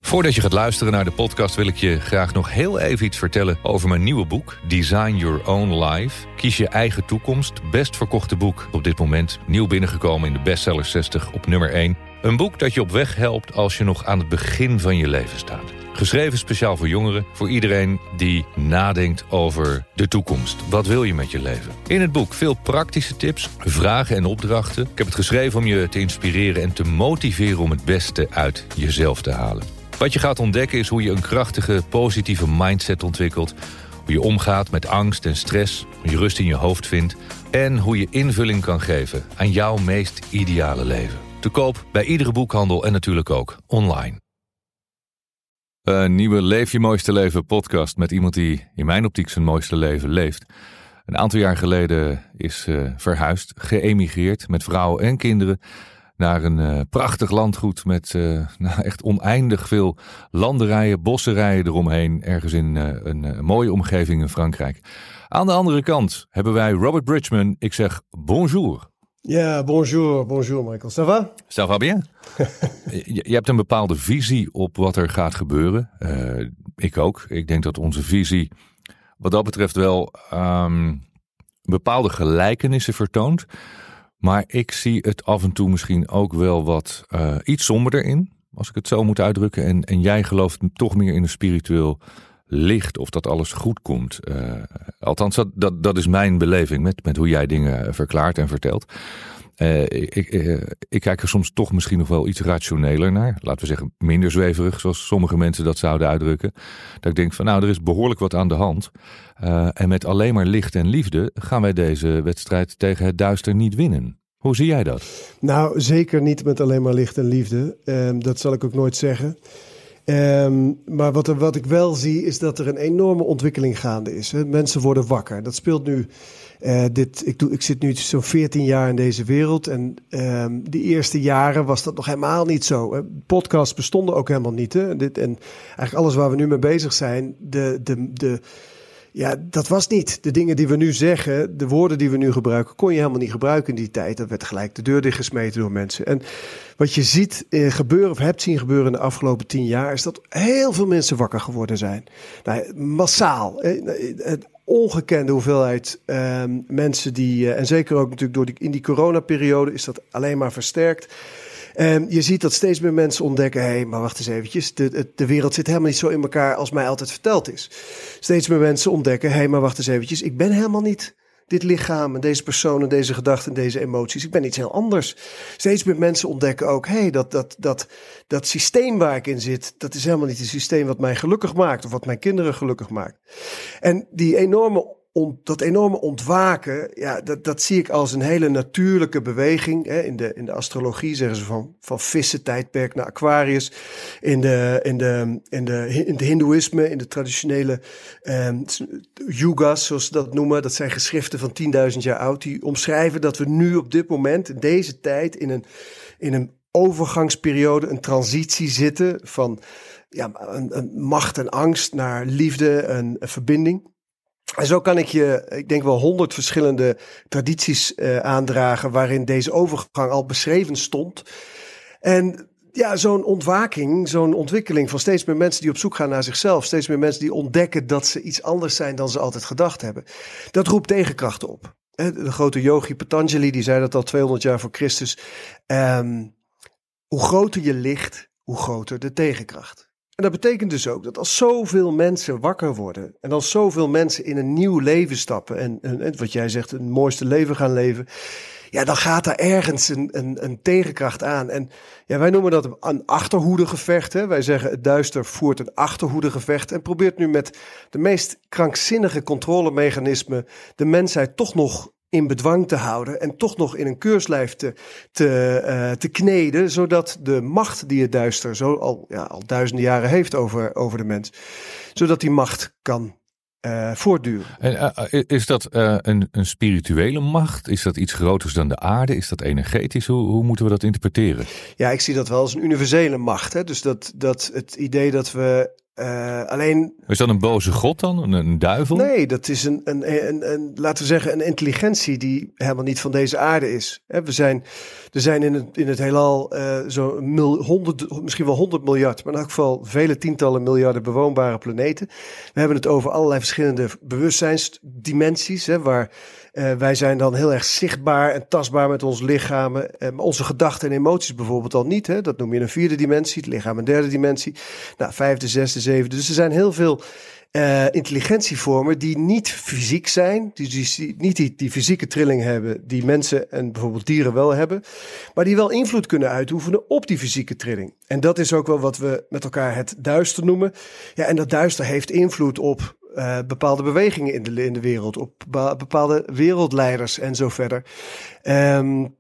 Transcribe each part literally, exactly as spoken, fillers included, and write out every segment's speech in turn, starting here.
Voordat je gaat luisteren naar de podcast wil ik je graag nog heel even iets vertellen over mijn nieuwe boek Design Your Own Life. Kies je eigen toekomst. Best verkochte boek op dit moment. Nieuw binnengekomen in de bestseller zestig op nummer één. Een boek dat je op weg helpt als je nog aan het begin van je leven staat. Geschreven speciaal voor jongeren, voor iedereen die nadenkt over de toekomst. Wat wil je met je leven? In het boek veel praktische tips, vragen en opdrachten. Ik heb het geschreven om je te inspireren en te motiveren om het beste uit jezelf te halen. Wat je gaat ontdekken is hoe je een krachtige, positieve mindset ontwikkelt. Hoe je omgaat met angst en stress, hoe je rust in je hoofd vindt. En hoe je invulling kan geven aan jouw meest ideale leven. Te koop bij iedere boekhandel en natuurlijk ook online. Een nieuwe Leef je mooiste leven podcast met iemand die in mijn optiek zijn mooiste leven leeft. Een aantal jaar geleden is uh, verhuisd, geëmigreerd met vrouw en kinderen naar een uh, prachtig landgoed met uh, nou, echt oneindig veel landerijen, bosserijen eromheen. Ergens in uh, een uh, mooie omgeving in Frankrijk. Aan de andere kant hebben wij Robert Bridgman. Ik zeg bonjour. Ja, bonjour, bonjour Michael. Ça va? Ça va bien? je, je hebt een bepaalde visie op wat er gaat gebeuren. Uh, ik ook. Ik denk dat onze visie wat dat betreft wel um, bepaalde gelijkenissen vertoont. Maar ik zie het af en toe misschien ook wel wat uh, iets somberder in, als ik het zo moet uitdrukken. En, en jij gelooft toch meer in een spiritueel licht of dat alles goed komt. Uh, althans, dat, dat, dat is mijn beleving met, met hoe jij dingen verklaart en vertelt. Uh, ik, ik, uh, ik kijk er soms toch misschien nog wel iets rationeler naar. Laten we zeggen minder zweverig, zoals sommige mensen dat zouden uitdrukken. Dat ik denk van nou, er is behoorlijk wat aan de hand. Uh, en met alleen maar licht en liefde gaan wij deze wedstrijd tegen het duister niet winnen. Hoe zie jij dat? Nou, zeker niet met alleen maar licht en liefde. Um, dat zal ik ook nooit zeggen. Um, maar wat, er, wat ik wel zie is dat er een enorme ontwikkeling gaande is. Hè? Mensen worden wakker. Dat speelt nu. Uh, dit, ik, doe, ik zit nu zo'n veertien jaar in deze wereld. En um, de eerste jaren was dat nog helemaal niet zo. Hè? Podcasts bestonden ook helemaal niet. Hè? Dit, en eigenlijk alles waar we nu mee bezig zijn. De, de, de, ja, dat was niet. De dingen die we nu zeggen, de woorden die we nu gebruiken, kon je helemaal niet gebruiken in die tijd. Dat werd gelijk de deur dichtgesmeten door mensen. En wat je ziet eh, gebeuren of hebt zien gebeuren in de afgelopen tien jaar, is dat heel veel mensen wakker geworden zijn. Nou, massaal. Eh, het ongekende hoeveelheid eh, mensen die, uh, en zeker ook natuurlijk door die, in die coronaperiode is dat alleen maar versterkt. En je ziet dat steeds meer mensen ontdekken, hé, hey, maar wacht eens eventjes, de, de wereld zit helemaal niet zo in elkaar als mij altijd verteld is. Steeds meer mensen ontdekken, hé, hey, maar wacht eens eventjes, ik ben helemaal niet dit lichaam en deze persoon en deze gedachten en deze emoties. Ik ben iets heel anders. Steeds meer mensen ontdekken ook, hé, hey, dat, dat, dat, dat systeem waar ik in zit, dat is helemaal niet het systeem wat mij gelukkig maakt of wat mijn kinderen gelukkig maakt. En die enorme On, dat enorme ontwaken, ja, dat, dat zie ik als een hele natuurlijke beweging. Hè. In, de, in de astrologie zeggen ze van, van vissen-tijdperk naar Aquarius. In de, in de, in de, in de hindoeïsme, in de traditionele eh, yugas, zoals ze dat noemen. Dat zijn geschriften van tienduizend jaar oud. Die omschrijven dat we nu op dit moment, in deze tijd, in een, in een overgangsperiode, een transitie zitten van ja, een, een macht en angst naar liefde en een verbinding. En zo kan ik je, ik denk wel honderd verschillende tradities uh, aandragen waarin deze overgang al beschreven stond. En ja, zo'n ontwaking, zo'n ontwikkeling van steeds meer mensen die op zoek gaan naar zichzelf. Steeds meer mensen die ontdekken dat ze iets anders zijn dan ze altijd gedacht hebben. Dat roept tegenkrachten op. De grote yogi Patanjali, die zei dat al tweehonderd jaar voor Christus. Um, hoe groter je licht, hoe groter de tegenkracht. En dat betekent dus ook dat als zoveel mensen wakker worden en als zoveel mensen in een nieuw leven stappen en, en, en wat jij zegt, een mooiste leven gaan leven, ja, dan gaat daar ergens een, een, een tegenkracht aan. En ja, wij noemen dat een achterhoedegevecht. Hè? Wij zeggen het duister voert een achterhoedegevecht en probeert nu met de meest krankzinnige controlemechanismen de mensheid toch nog in bedwang te houden en toch nog in een keurslijf te, te, uh, te kneden, zodat de macht die het duister zo al, ja, al duizenden jaren heeft over, over de mens, zodat die macht kan uh, voortduren. En, uh, is dat uh, een, een spirituele macht? Is dat iets groters dan de aarde? Is dat energetisch? Hoe, hoe moeten we dat interpreteren? Ja, ik zie dat wel als een universele macht. Hè? Dus dat, dat het idee dat we Uh, alleen... Is dat een boze god dan? Een, een duivel? Nee, dat is een, een, een, een, laten we zeggen, een intelligentie die helemaal niet van deze aarde is. He, we zijn, er zijn in het, in het heelal uh, zo'n mil, honderd, misschien wel honderd miljard, maar in elk geval vele tientallen miljarden bewoonbare planeten. We hebben het over allerlei verschillende bewustzijnsdimensies, hè, waar uh, wij zijn dan heel erg zichtbaar en tastbaar met onze lichamen. Uh, maar onze gedachten en emoties bijvoorbeeld al niet. Hè, dat noem je een vierde dimensie, het lichaam een derde dimensie. Nou, vijfde, zesde, zevende. Dus er zijn heel veel uh, intelligentievormen die niet fysiek zijn, die, die niet die, die fysieke trilling hebben die mensen en bijvoorbeeld dieren wel hebben, maar die wel invloed kunnen uitoefenen op die fysieke trilling. En dat is ook wel wat we met elkaar het duister noemen. Ja, en dat duister heeft invloed op uh, bepaalde bewegingen in de, in de wereld, op bepaalde wereldleiders en zo verder. Um,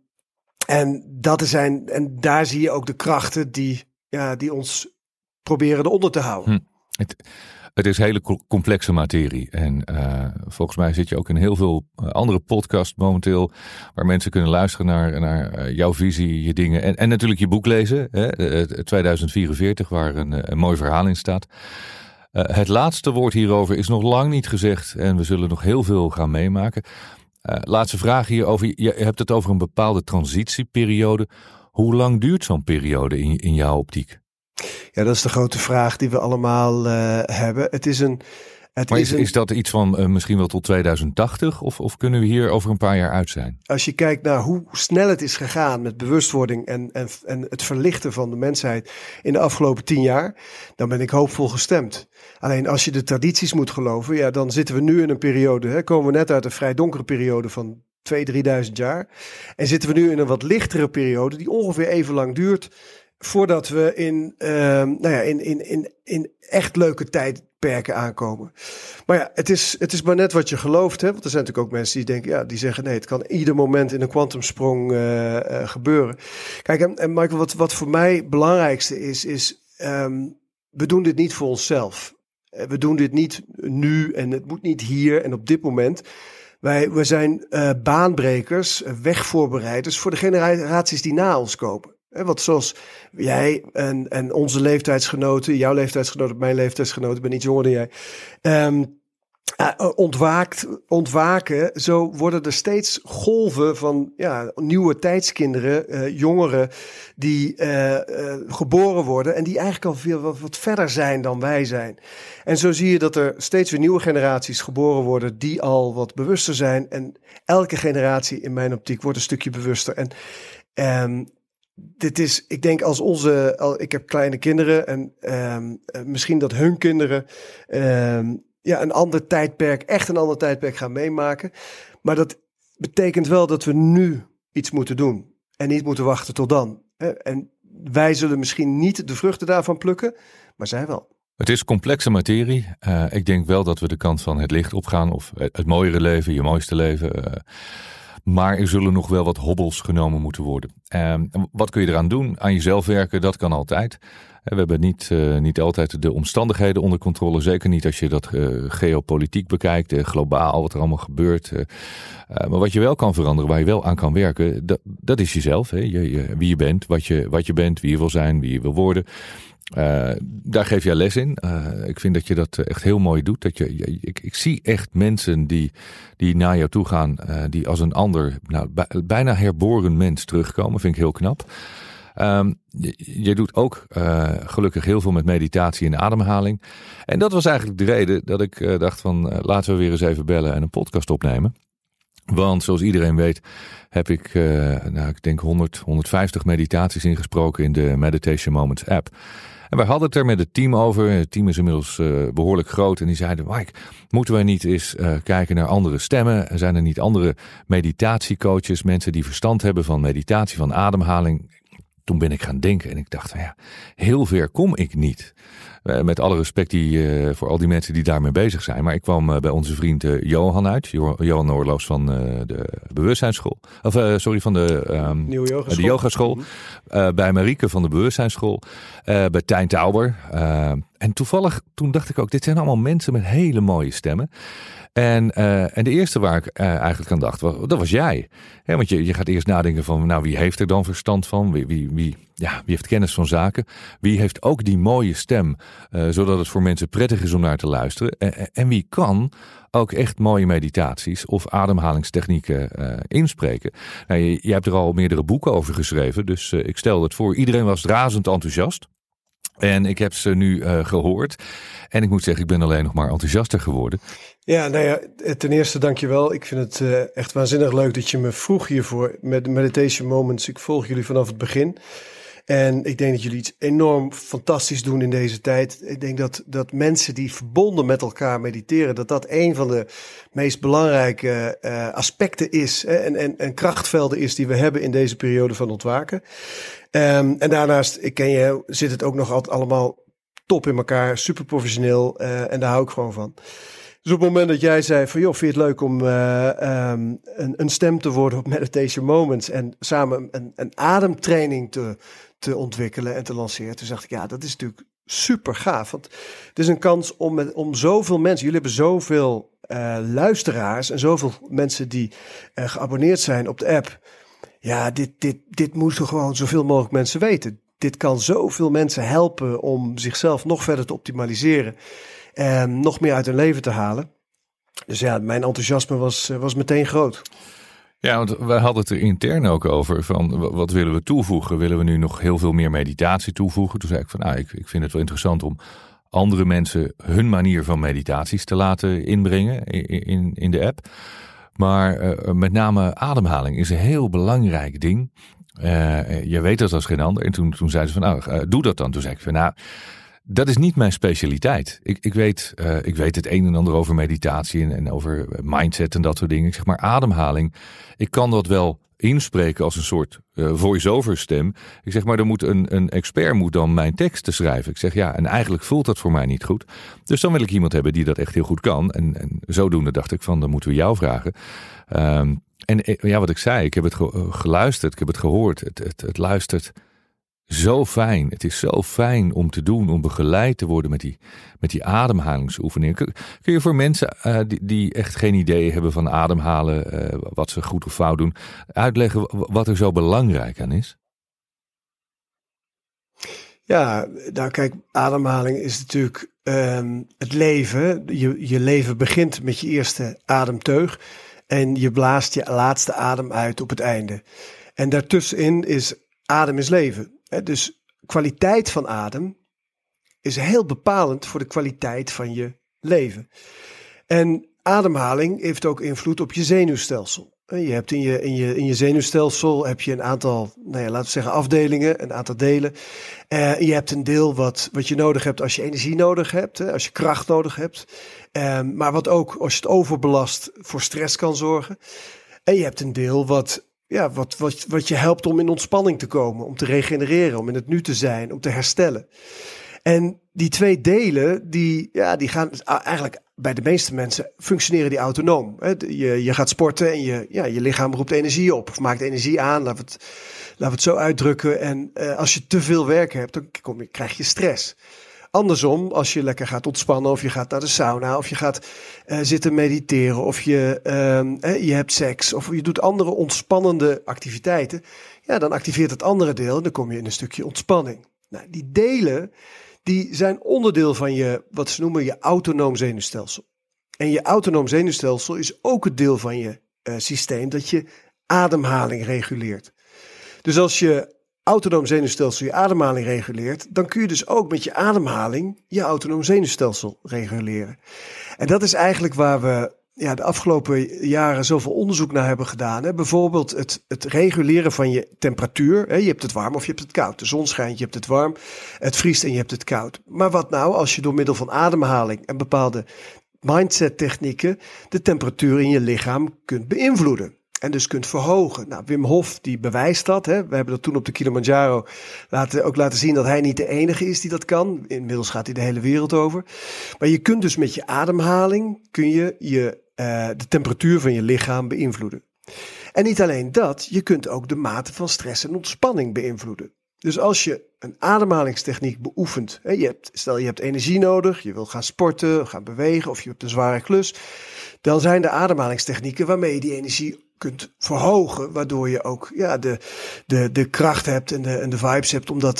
en, dat zijn, en daar zie je ook de krachten die, ja, die ons proberen eronder te houden. Hm. Het, het is hele complexe materie. En uh, volgens mij zit je ook in heel veel andere podcasts momenteel, waar mensen kunnen luisteren naar, naar jouw visie, je dingen. En, en natuurlijk je boek lezen, hè, tweeduizend vierenveertig, waar een, een mooi verhaal in staat. Uh, het laatste woord hierover is nog lang niet gezegd en we zullen nog heel veel gaan meemaken. Uh, laatste vraag hierover. Je hebt het over een bepaalde transitieperiode. Hoe lang duurt zo'n periode in, in jouw optiek? Ja, dat is de grote vraag die we allemaal uh, hebben. Het is een. Het maar is, is, een, is dat iets van uh, misschien wel tot tweeduizend tachtig? Of, of kunnen we hier over een paar jaar uit zijn? Als je kijkt naar hoe snel het is gegaan met bewustwording en, en, en het verlichten van de mensheid in de afgelopen tien jaar, dan ben ik hoopvol gestemd. Alleen als je de tradities moet geloven, ja, dan zitten we nu in een periode, hè, komen we net uit een vrij donkere periode van tweeduizend, drieduizend jaar. En zitten we nu in een wat lichtere periode die ongeveer even lang duurt voordat we in, uh, nou ja, in, in, in, in echt leuke tijdperken aankomen. Maar ja, het is, het is maar net wat je gelooft. Hè? Want er zijn natuurlijk ook mensen die denken, ja, die zeggen nee, het kan ieder moment in een kwantumsprong uh, uh, gebeuren. Kijk, en, en Michael, wat, wat voor mij het belangrijkste is, is um, we doen dit niet voor onszelf. We doen dit niet nu en het moet niet hier en op dit moment. Wij, wij zijn uh, baanbrekers, wegvoorbereiders voor de generaties die na ons komen. Want zoals jij en, en onze leeftijdsgenoten, jouw leeftijdsgenoten, mijn leeftijdsgenoten, ik ben iets jonger dan jij, um, uh, ontwaakt, ontwaken, zo worden er steeds golven van ja, nieuwe tijdskinderen, uh, jongeren die uh, uh, geboren worden en die eigenlijk al veel wat, wat verder zijn dan wij zijn. En zo zie je dat er steeds weer nieuwe generaties geboren worden die al wat bewuster zijn. En elke generatie in mijn optiek wordt een stukje bewuster. En um, dit is, ik denk als onze, al, ik heb kleine kinderen en um, misschien dat hun kinderen um, ja, een ander tijdperk, echt een ander tijdperk gaan meemaken. Maar dat betekent wel dat we nu iets moeten doen en niet moeten wachten tot dan. En wij zullen misschien niet de vruchten daarvan plukken, maar zij wel. Het is complexe materie. Uh, ik denk wel dat we de kant van het licht opgaan of het mooiere leven, je mooiste leven. Uh, Maar er zullen nog wel wat hobbels genomen moeten worden. En wat kun je eraan doen? Aan jezelf werken, dat kan altijd. We hebben niet, uh, niet altijd de omstandigheden onder controle. Zeker niet als je dat uh, geopolitiek bekijkt, uh, globaal, wat er allemaal gebeurt. Uh, uh, maar wat je wel kan veranderen, waar je wel aan kan werken, dat, dat is jezelf. Hè? Je, je, wie je bent, wat je, wat je bent, wie je wil zijn, wie je wil worden. Uh, daar geef jij les in. Uh, ik vind dat je dat echt heel mooi doet. Dat je, je, ik, ik zie echt mensen die, die naar jou toe gaan, uh, die als een ander, nou, bij, bijna herboren mens terugkomen. Vind ik heel knap. Um, je, je doet ook uh, gelukkig heel veel met meditatie en ademhaling. En dat was eigenlijk de reden dat ik uh, dacht van uh, laten we weer eens even bellen en een podcast opnemen. Want zoals iedereen weet heb ik, uh, nou, ik denk honderd, honderdvijftig meditaties ingesproken in de Meditation Moments app. En wij hadden het er met het team over. Het team is inmiddels uh, behoorlijk groot. En die zeiden, Mike, moeten wij niet eens uh, kijken naar andere stemmen? Zijn er niet andere meditatiecoaches, mensen die verstand hebben van meditatie, van ademhaling? Toen ben ik gaan denken en ik dacht, ja, heel ver kom ik niet. Uh, met alle respect die, uh, voor al die mensen die daarmee bezig zijn. Maar ik kwam uh, bij onze vriend uh, Johan uit. Jo- Johan Oorloos van uh, de bewustzijnsschool. Of uh, sorry, van de, um, Nieuwe yogaschool. de yogaschool. Mm-hmm. Uh, bij Marieke van de bewustzijnsschool. Uh, bij Tijn Tauber. Uh, en toevallig, toen dacht ik ook, dit zijn allemaal mensen met hele mooie stemmen. En, uh, en de eerste waar ik uh, eigenlijk aan dacht, was, dat was jij. He, want je, je gaat eerst nadenken van, nou, wie heeft er dan verstand van? Wie, wie, wie, ja, wie heeft kennis van zaken? Wie heeft ook die mooie stem Uh, zodat het voor mensen prettig is om naar te luisteren. En, en wie kan ook echt mooie meditaties of ademhalingstechnieken uh, inspreken. Nou, je, je hebt er al meerdere boeken over geschreven, dus uh, ik stel het voor. Iedereen was razend enthousiast. En ik heb ze nu uh, gehoord. En ik moet zeggen, ik ben alleen nog maar enthousiaster geworden. Ja, nou ja, ten eerste dankjewel. Ik vind het uh, echt waanzinnig leuk dat je me vroeg hiervoor met de Meditation Moments. Ik volg jullie vanaf het begin. En ik denk dat jullie iets enorm fantastisch doen in deze tijd. Ik denk dat, dat mensen die verbonden met elkaar mediteren, dat dat een van de meest belangrijke uh, aspecten is. Hè, en, en, en krachtvelden is die we hebben in deze periode van ontwaken. Um, en daarnaast, ik ken je, zit het ook nog altijd allemaal top in elkaar, super professioneel. Uh, en daar hou ik gewoon van. Dus op het moment dat jij zei van joh, vind je het leuk om uh, um, een, een stem te worden op Meditation Moments en samen een, een ademtraining te, te ontwikkelen en te lanceren. Toen dacht ik, ja, dat is natuurlijk super gaaf. Want het is een kans om, met, om zoveel mensen, jullie hebben zoveel uh, luisteraars en zoveel mensen die uh, geabonneerd zijn op de app. Ja, dit, dit, dit moeten gewoon zoveel mogelijk mensen weten. Dit kan zoveel mensen helpen om zichzelf nog verder te optimaliseren. En nog meer uit hun leven te halen. Dus ja, mijn enthousiasme was, was meteen groot. Ja, want wij hadden het er intern ook over. Van wat willen we toevoegen? Willen we nu nog heel veel meer meditatie toevoegen? Toen zei ik van nou, ik, ik vind het wel interessant om andere mensen hun manier van meditaties te laten inbrengen in, in, in de app. Maar uh, met name ademhaling is een heel belangrijk ding. Uh, je weet dat als geen ander. En toen, toen zeiden ze van nou, uh, doe dat dan. Toen zei ik van nou, dat is niet mijn specialiteit. Ik, ik, weet, uh, ik weet het een en ander over meditatie en, en over mindset en dat soort dingen. Ik zeg maar ademhaling. Ik kan dat wel inspreken als een soort uh, voice-over stem. Ik zeg maar, er moet een, een expert moet dan mijn teksten schrijven. Ik zeg ja, en eigenlijk voelt dat voor mij niet goed. Dus dan wil ik iemand hebben die dat echt heel goed kan. En, en zodoende dacht ik van, dan moeten we jou vragen. Um, en ja, wat ik zei, ik heb het ge- geluisterd, ik heb het gehoord. Het, het, het luistert zo fijn. Het is zo fijn om te doen, om begeleid te worden met die, met die ademhalingsoefeningen. Kun, kun je voor mensen uh, die, die echt geen idee hebben van ademhalen, uh, wat ze goed of fout doen, uitleggen wat er zo belangrijk aan is? Ja, nou kijk, ademhaling is natuurlijk um, het leven. Je, je leven begint met je eerste ademteug en je blaast je laatste adem uit op het einde. En daartussenin is adem is leven. Dus kwaliteit van adem is heel bepalend voor de kwaliteit van je leven. En ademhaling heeft ook invloed op je zenuwstelsel. Je hebt in je, in je, in je zenuwstelsel heb je een aantal, nou ja, laten we zeggen afdelingen, een aantal delen. Uh, je hebt een deel wat, wat je nodig hebt als je energie nodig hebt, hè, als je kracht nodig hebt. Uh, maar wat ook als je het overbelast voor stress kan zorgen. En je hebt een deel wat... Ja, wat, wat, wat je helpt om in ontspanning te komen, om te regenereren, om in het nu te zijn, om te herstellen. En die twee delen, die, ja, die gaan eigenlijk bij de meeste mensen functioneren die autonoom. Je, je gaat sporten en je, ja, je lichaam roept energie op of maakt energie aan, laten we het, laten we het zo uitdrukken. En uh, als je te veel werk hebt, dan kom je, krijg je stress. Andersom, als je lekker gaat ontspannen of je gaat naar de sauna of je gaat uh, zitten mediteren of je, uh, eh, je hebt seks of je doet andere ontspannende activiteiten, ja, dan activeert het andere deel en dan kom je in een stukje ontspanning. Nou, die delen, die zijn onderdeel van je, wat ze noemen, je autonoom zenuwstelsel. En je autonoom zenuwstelsel is ook het deel van je uh, systeem dat je ademhaling reguleert. Dus als je autonoom zenuwstelsel je ademhaling reguleert, dan kun je dus ook met je ademhaling je autonoom zenuwstelsel reguleren. En dat is eigenlijk waar we ja, de afgelopen jaren zoveel onderzoek naar hebben gedaan. Hè. Bijvoorbeeld het, het reguleren van je temperatuur. Hè. Je hebt het warm of je hebt het koud. De zon schijnt, je hebt het warm. Het vriest en je hebt het koud. Maar wat nou als je door middel van ademhaling en bepaalde mindset technieken de temperatuur in je lichaam kunt beïnvloeden? En dus kunt verhogen. Nou, Wim Hof die bewijst dat. Hè. We hebben dat toen op de Kilimanjaro laten, ook laten zien dat hij niet de enige is die dat kan. Inmiddels gaat hij de hele wereld over. Maar je kunt dus met je ademhaling kun je, je uh, de temperatuur van je lichaam beïnvloeden. En niet alleen dat, je kunt ook de mate van stress en ontspanning beïnvloeden. Dus als je een ademhalingstechniek beoefent, hè, je hebt, stel je hebt energie nodig, je wil gaan sporten, gaan bewegen of je hebt een zware klus, dan zijn er ademhalingstechnieken waarmee je die energie kunt verhogen, waardoor je ook ja, de, de, de kracht hebt en de, en de vibes hebt om dat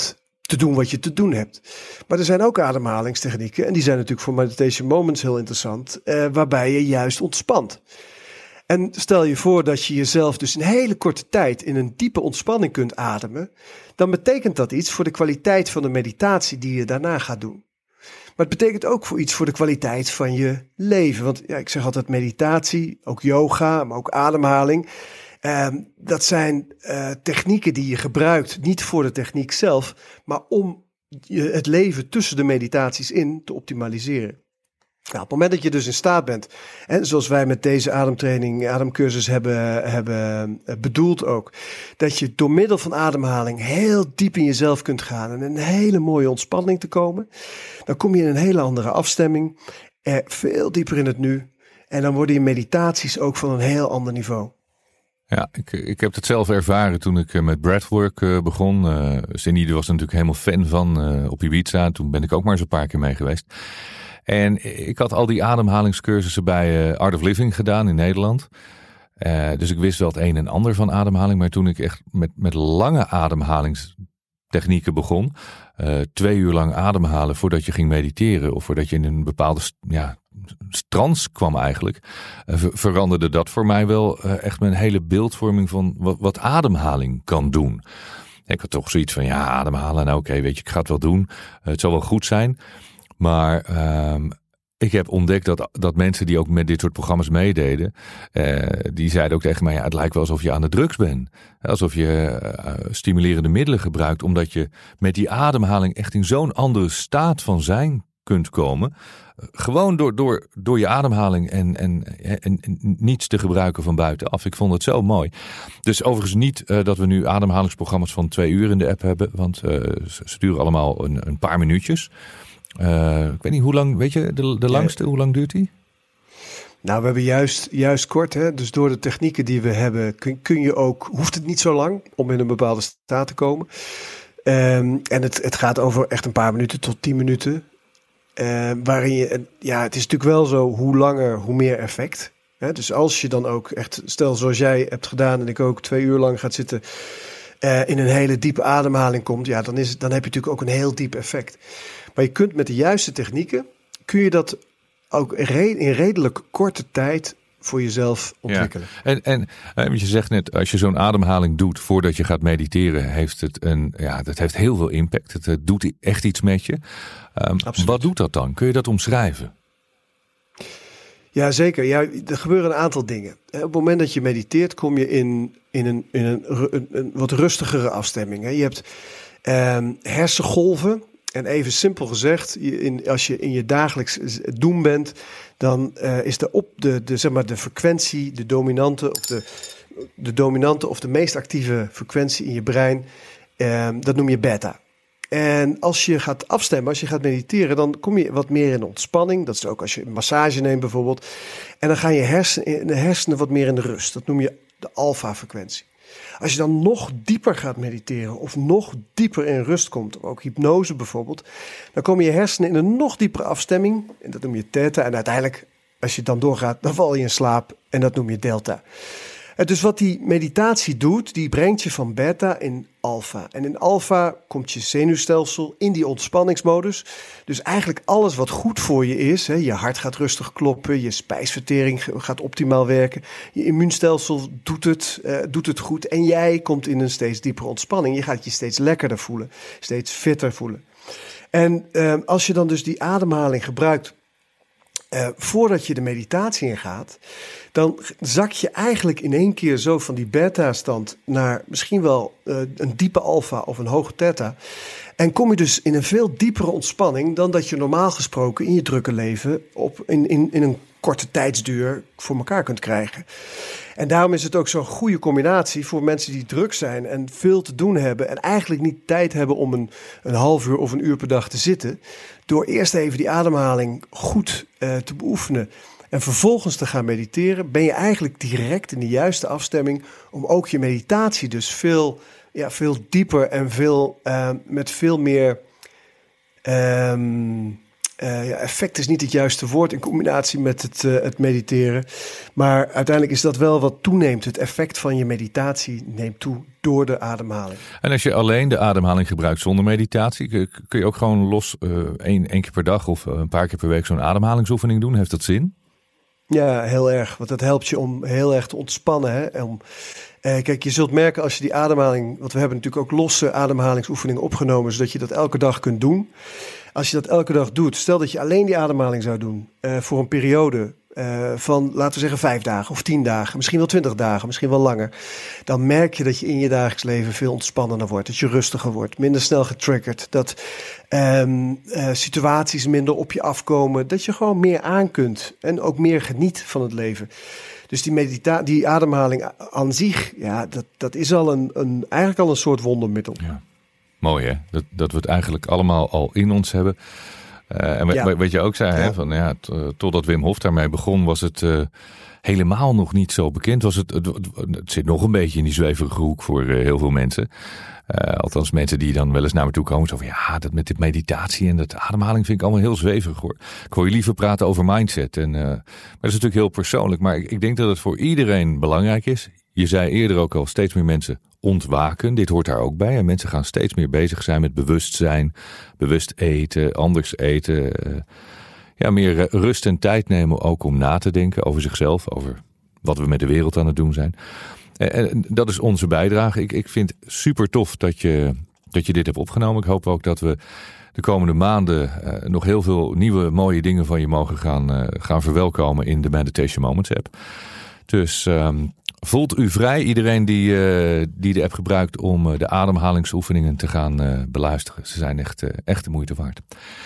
te doen wat je te doen hebt. Maar er zijn ook ademhalingstechnieken, en die zijn natuurlijk voor Meditation Moments heel interessant, uh, waarbij je juist ontspant. En stel je voor dat je jezelf dus in hele korte tijd in een diepe ontspanning kunt ademen, dan betekent dat iets voor de kwaliteit van de meditatie die je daarna gaat doen. Maar het betekent ook voor iets voor de kwaliteit van je leven. Want ja, ik zeg altijd meditatie, ook yoga, maar ook ademhaling. Uh, dat zijn uh, technieken die je gebruikt, niet voor de techniek zelf, maar om je het leven tussen de meditaties in te optimaliseren. Nou, op het moment dat je dus in staat bent, en zoals wij met deze ademtraining, ademcursus hebben, hebben bedoeld ook, dat je door middel van ademhaling heel diep in jezelf kunt gaan en een hele mooie ontspanning te komen, dan kom je in een hele andere afstemming, eh, veel dieper in het nu, en dan worden je meditaties ook van een heel ander niveau. Ja, ik, ik heb het zelf ervaren toen ik met breathwork uh, begon. Uh, Zenide was er natuurlijk helemaal fan van uh, op Ibiza. Toen ben ik ook maar eens een paar keer mee geweest. En ik had al die ademhalingscursussen bij uh, Art of Living gedaan in Nederland. Uh, dus ik wist wel het een en ander van ademhaling. Maar toen ik echt met, met lange ademhalingstechnieken begon, uh, twee uur lang ademhalen voordat je ging mediteren, of voordat je in een bepaalde ja, trance kwam eigenlijk, uh, ver- veranderde dat voor mij wel uh, echt mijn hele beeldvorming van wat, wat ademhaling kan doen. Ik had toch zoiets van, ja, ademhalen, nou oké, okay, weet je, ik ga het wel doen. Uh, het zal wel goed zijn. Maar uh, ik heb ontdekt dat, dat mensen die ook met dit soort programma's meededen, uh, die zeiden ook tegen mij, ja, het lijkt wel alsof je aan de drugs bent. Alsof je uh, stimulerende middelen gebruikt, omdat je met die ademhaling echt in zo'n andere staat van zijn kunt komen. Uh, gewoon door, door, door je ademhaling en, en, en, en niets te gebruiken van buitenaf. Ik vond het zo mooi. Dus overigens niet uh, dat we nu ademhalingsprogramma's van twee uur in de app hebben, want uh, ze duren allemaal een, een paar minuutjes. Uh, ik weet niet, hoe lang, weet je, de, de langste, hoe lang duurt die? Nou, we hebben juist, juist kort, hè? Dus door de technieken die we hebben, kun, kun je ook, hoeft het niet zo lang om in een bepaalde staat te komen. Um, en het, het gaat over echt een paar minuten tot tien minuten. Uh, waarin je, ja, het is natuurlijk wel zo, hoe langer, hoe meer effect. Hè? Dus als je dan ook echt, stel zoals jij hebt gedaan en ik ook twee uur lang gaat zitten, Uh, in een hele diepe ademhaling komt, ja, dan, is, dan heb je natuurlijk ook een heel diep effect. Maar je kunt met de juiste technieken, kun je dat ook in redelijk korte tijd voor jezelf ontwikkelen. Ja. En, en want je zegt net, als je zo'n ademhaling doet voordat je gaat mediteren, heeft het een, ja, dat heeft heel veel impact. Het, het doet echt iets met je. Um, wat doet dat dan? Kun je dat omschrijven? Ja, zeker. Ja, er gebeuren een aantal dingen. Op het moment dat je mediteert, kom je in, in, een, in een, een, een wat rustigere afstemming. Je hebt um, hersengolven. En even simpel gezegd, in, als je in je dagelijks doen bent, dan uh, is de, op, de, de, zeg maar de frequentie, de dominante, of de, de dominante of de meest actieve frequentie in je brein, um, dat noem je beta. En als je gaat afstemmen, als je gaat mediteren, dan kom je wat meer in ontspanning. Dat is ook als je een massage neemt bijvoorbeeld. En dan gaan je hersenen, de hersenen wat meer in de rust. Dat noem je de alfa-frequentie. Als je dan nog dieper gaat mediteren of nog dieper in rust komt, ook hypnose bijvoorbeeld, dan komen je hersenen in een nog diepere afstemming. En dat noem je theta. En uiteindelijk, als je dan doorgaat, dan val je in slaap en dat noem je delta. En dus wat die meditatie doet, die brengt je van beta in alfa. En in alfa komt je zenuwstelsel in die ontspanningsmodus. Dus eigenlijk alles wat goed voor je is, hè, je hart gaat rustig kloppen, je spijsvertering gaat optimaal werken, je immuunstelsel doet het, uh, doet het goed en jij komt in een steeds diepere ontspanning. Je gaat je steeds lekkerder voelen, steeds fitter voelen. En uh, als je dan dus die ademhaling gebruikt Uh, voordat je de meditatie ingaat, dan zak je eigenlijk in één keer zo van die beta-stand naar misschien wel uh, een diepe alfa of een hoge theta. En kom je dus in een veel diepere ontspanning dan dat je normaal gesproken in je drukke leven op, in, in, in een korte tijdsduur voor elkaar kunt krijgen. En daarom is het ook zo'n goede combinatie voor mensen die druk zijn en veel te doen hebben en eigenlijk niet tijd hebben om een, een half uur of een uur per dag te zitten. Door eerst even die ademhaling goed uh, te beoefenen en vervolgens te gaan mediteren, ben je eigenlijk direct in de juiste afstemming om ook je meditatie dus veel, ja, veel dieper en veel, uh, met veel meer um, Uh, ja, effect is niet het juiste woord in combinatie met het, uh, het mediteren. Maar uiteindelijk is dat wel wat toeneemt. Het effect van je meditatie neemt toe door de ademhaling. En als je alleen de ademhaling gebruikt zonder meditatie, kun je ook gewoon los uh, één, één keer per dag of een paar keer per week zo'n ademhalingsoefening doen? Heeft dat zin? Ja, heel erg. Want dat helpt je om heel erg te ontspannen. Hè? Om, eh, kijk, je zult merken als je die ademhaling... Want we hebben natuurlijk ook losse ademhalingsoefeningen opgenomen, zodat je dat elke dag kunt doen. Als je dat elke dag doet, stel dat je alleen die ademhaling zou doen uh, voor een periode uh, van, laten we zeggen, vijf dagen of tien dagen, misschien wel twintig dagen, misschien wel langer. Dan merk je dat je in je dagelijks leven veel ontspannender wordt, dat je rustiger wordt, minder snel getriggerd, dat um, uh, situaties minder op je afkomen, dat je gewoon meer aan kunt en ook meer geniet van het leven. Dus die, medita- die ademhaling aan zich, ja, dat, dat is al een, een, eigenlijk al een soort wondermiddel. Ja. Mooi hè, dat, dat we het eigenlijk allemaal al in ons hebben. Uh, en ja. wat je ook zei, ja. Hè, van, ja, t- totdat Wim Hof daarmee begon, was het uh, helemaal nog niet zo bekend. Was het, het, het, het zit nog een beetje in die zweverige hoek voor uh, heel veel mensen. Uh, althans mensen die dan wel eens naar me toe komen. Zo van, ja, dat met dit meditatie en dat ademhaling vind ik allemaal heel zweverig hoor. Ik hoor je liever praten over mindset. En, uh, maar dat is natuurlijk heel persoonlijk. Maar ik, ik denk dat het voor iedereen belangrijk is. Je zei eerder ook al, steeds meer mensen ontwaken. Dit hoort daar ook bij. En mensen gaan steeds meer bezig zijn met bewustzijn, bewust eten, anders eten. Uh, ja, meer rust en tijd nemen ook om na te denken over zichzelf, over wat we met de wereld aan het doen zijn. En, en dat is onze bijdrage. Ik, ik vind het super tof dat je, dat je dit hebt opgenomen. Ik hoop ook dat we de komende maanden uh, nog heel veel nieuwe mooie dingen van je mogen gaan, uh, gaan verwelkomen in de Meditation Moments app. Dus um, voelt u vrij, iedereen die, uh, die de app gebruikt om uh, de ademhalingsoefeningen te gaan uh, beluisteren. Ze zijn echt, uh, echt de moeite waard.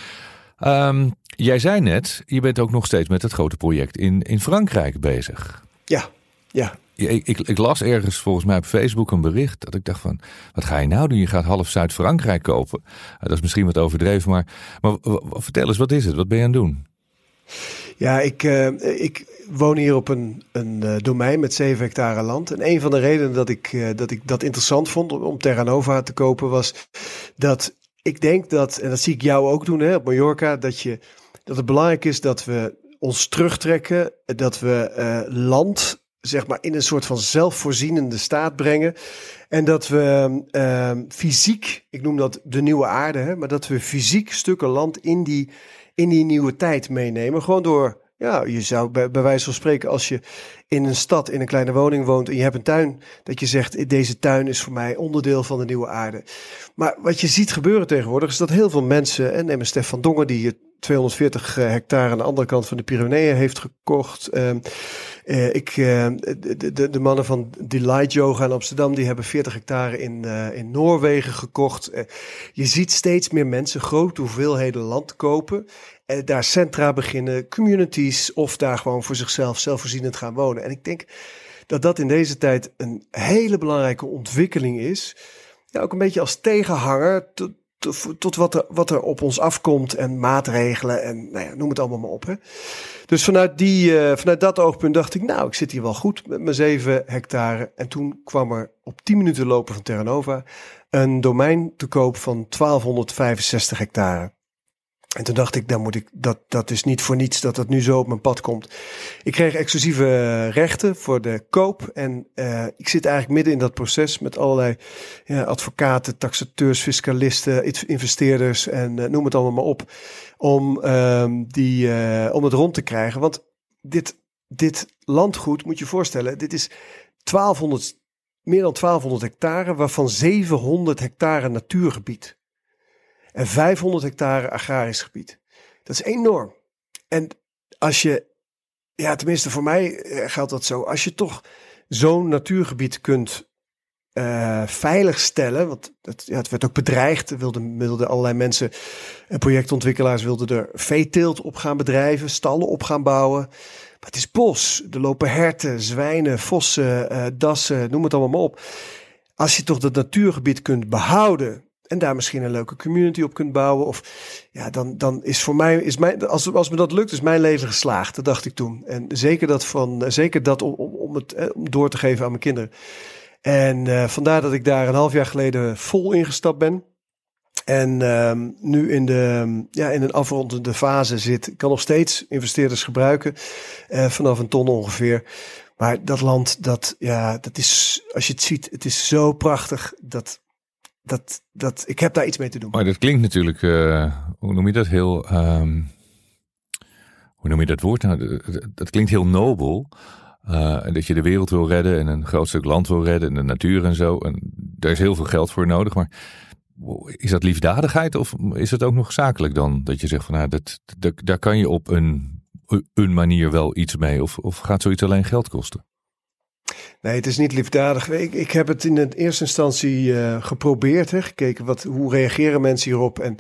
Um, jij zei net, je bent ook nog steeds met het grote project in, in Frankrijk bezig. Ja, ja. Ik, ik, ik las ergens volgens mij op Facebook een bericht dat ik dacht van, wat ga je nou doen? Je gaat half Zuid-Frankrijk kopen. Uh, dat is misschien wat overdreven, maar, maar w- w- vertel eens, wat is het? Wat ben je aan het doen? Ja, ik, uh, ik woon hier op een, een uh, domein met zeven hectare land. En een van de redenen dat ik, uh, dat ik dat interessant vond om Terra Nova te kopen was dat ik denk dat, en dat zie ik jou ook doen hè, op Mallorca, dat, je, dat het belangrijk is dat we ons terugtrekken, dat we uh, land zeg maar in een soort van zelfvoorzienende staat brengen. En dat we uh, fysiek, ik noem dat de nieuwe aarde, hè, maar dat we fysiek stukken land in die, in die nieuwe tijd meenemen. Gewoon door, ja, je zou bij, bij wijze van spreken, als je in een stad, in een kleine woning woont en je hebt een tuin, dat je zegt, deze tuin is voor mij onderdeel van de nieuwe aarde. Maar wat je ziet gebeuren tegenwoordig is dat heel veel mensen, en neem een Stefan Dongen die hier tweehonderdveertig hectare aan de andere kant van de Pyreneeën heeft gekocht. Uh, uh, ik, uh, de, de, de mannen van Delight Yoga in Amsterdam, die hebben veertig hectare in, uh, in Noorwegen gekocht. Uh, je ziet steeds meer mensen grote hoeveelheden land kopen. Uh, daar centra beginnen, communities, of daar gewoon voor zichzelf zelfvoorzienend gaan wonen. En ik denk dat dat in deze tijd een hele belangrijke ontwikkeling is. Ja, ook een beetje als tegenhanger tot, tot, tot wat, er, wat er op ons afkomt en maatregelen en nou ja, noem het allemaal maar op. Hè. Dus vanuit, die, uh, vanuit dat oogpunt dacht ik, nou, ik zit hier wel goed met mijn zeven hectare. En toen kwam er op tien minuten lopen van Terra Nova een domein te koop van twaalfhonderdvijfenzestig hectare. En toen dacht ik, dan moet ik dat, dat is niet voor niets dat dat nu zo op mijn pad komt. Ik kreeg exclusieve rechten voor de koop. En uh, ik zit eigenlijk midden in dat proces met allerlei ja, advocaten, taxateurs, fiscalisten, investeerders en uh, noem het allemaal maar op. Om, uh, die, uh, om het rond te krijgen. Want dit, dit landgoed, moet je je voorstellen, dit is twaalfhonderd, meer dan twaalfhonderd hectare, waarvan zevenhonderd hectare natuurgebied. En vijfhonderd hectare agrarisch gebied. Dat is enorm. En als je, ja tenminste voor mij geldt dat zo. Als je toch zo'n natuurgebied kunt uh, veiligstellen. Want het, ja, het werd ook bedreigd. Er wilden, wilden allerlei mensen en projectontwikkelaars wilden er veeteelt op gaan bedrijven. Stallen op gaan bouwen. Maar het is bos. Er lopen herten, zwijnen, vossen, uh, dassen. Noem het allemaal maar op. Als je toch dat natuurgebied kunt behouden. En daar misschien een leuke community op kunt bouwen. Of ja, dan, dan is voor mij, is mijn, als, als me dat lukt, is mijn leven geslaagd. Dat dacht ik toen. En zeker dat, van, zeker dat om, om, om het om door te geven aan mijn kinderen. En uh, vandaar dat ik daar een half jaar geleden vol ingestapt ben. En um, nu in, de, ja, in een afrondende fase zit, kan nog steeds investeerders gebruiken, uh, vanaf een ton ongeveer. Maar dat land, dat, ja, dat is, als je het ziet, het is zo prachtig dat, dat, dat ik heb daar iets mee te doen. Maar dat klinkt natuurlijk, uh, hoe noem je dat, heel, um, hoe noem je dat woord? Nou, dat, dat klinkt heel nobel. Uh, dat je de wereld wil redden en een groot stuk land wil redden en de natuur en zo. En daar is heel veel geld voor nodig, maar is dat liefdadigheid of is het ook nog zakelijk dan? Dat je zegt van nou, dat, dat, daar kan je op een, een manier wel iets mee. Of, of gaat zoiets alleen geld kosten? Nee, het is niet liefdadig. Ik, ik heb het in de eerste instantie uh, geprobeerd. Hè, gekeken wat, hoe reageren mensen hierop. En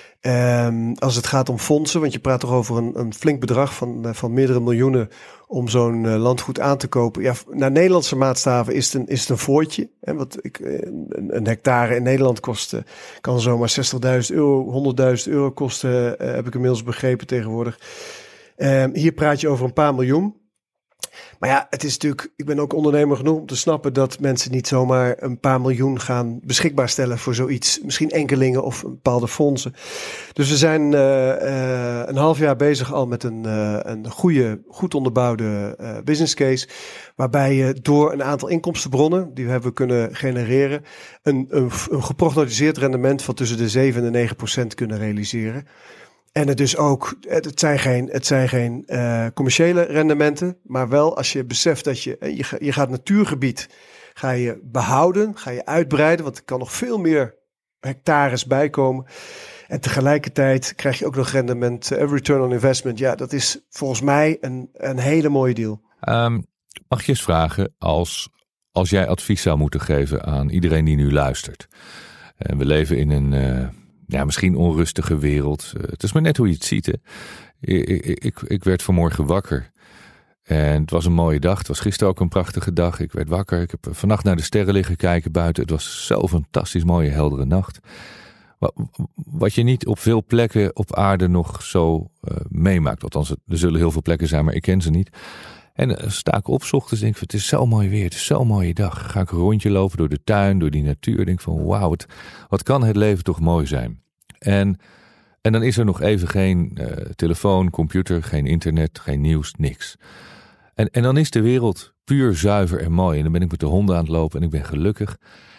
um, als het gaat om fondsen, want je praat toch over een, een flink bedrag van, uh, van meerdere miljoenen om zo'n uh, landgoed aan te kopen. Ja, naar Nederlandse maatstaven is het een, is het een voortje. Hè, wat ik, een, een hectare in Nederland kost, uh, kan zomaar zestigduizend euro, honderdduizend euro kosten, uh, heb ik inmiddels begrepen tegenwoordig. Um, hier praat je over een paar miljoen. Maar ja, het is natuurlijk, ik ben ook ondernemer genoeg om te snappen dat mensen niet zomaar een paar miljoen gaan beschikbaar stellen voor zoiets. Misschien enkelingen of bepaalde fondsen. Dus we zijn uh, uh, een half jaar bezig al met een, uh, een goede, goed onderbouwde uh, business case. Waarbij je door een aantal inkomstenbronnen die we hebben kunnen genereren, een, een, een geprognosticeerd rendement van tussen de zeven en de negen procent kunnen realiseren. En het dus ook, het zijn geen, het zijn geen uh, commerciële rendementen, maar wel als je beseft dat je, je, je gaat natuurgebied, ga je behouden, ga je uitbreiden, want er kan nog veel meer hectares bijkomen. En tegelijkertijd krijg je ook nog rendement, uh, return on investment. Ja, dat is volgens mij een, een hele mooie deal. Um, mag je eens vragen, als, als jij advies zou moeten geven aan iedereen die nu luistert. En we leven in een Uh, Ja, misschien onrustige wereld. Uh, het is maar net hoe je het ziet. Hè. Ik, ik, ik werd vanmorgen wakker. En het was een mooie dag. Het was gisteren ook een prachtige dag. Ik werd wakker. Ik heb vannacht naar de sterren liggen kijken buiten. Het was zo'n fantastisch mooie, heldere nacht. Wat, wat je niet op veel plekken op aarde nog zo uh, meemaakt. Althans, er zullen heel veel plekken zijn, maar ik ken ze niet. En uh, sta ik op 's ochtends, denk ik, het is zo mooi weer. Het is zo'n mooie dag. Ga ik een rondje lopen door de tuin, door die natuur. Denk van, wauw, wat, wat kan het leven toch mooi zijn. En, en dan is er nog even geen uh, telefoon, computer, geen internet, geen nieuws, niks. En, en dan is de wereld puur zuiver en mooi. En dan ben ik met de honden aan het lopen en ik ben gelukkig.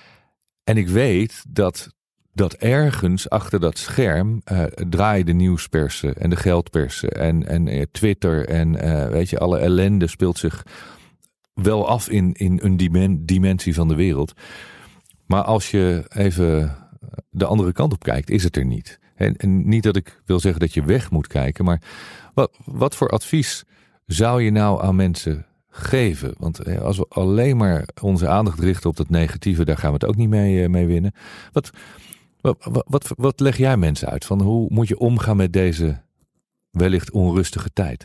En ik weet dat, dat ergens achter dat scherm uh, draaien de nieuwspersen en de geldpersen en, en uh, Twitter en uh, weet je, alle ellende speelt zich wel af in, in een dimen, dimensie van de wereld. Maar als je even de andere kant op kijkt, is het er niet. En, en niet dat ik wil zeggen dat je weg moet kijken, maar wat, wat voor advies zou je nou aan mensen geven? Want als we alleen maar onze aandacht richten op dat negatieve, daar gaan we het ook niet mee, mee winnen. Wat, wat, wat, wat leg jij mensen uit? Van hoe moet je omgaan met deze wellicht onrustige tijd?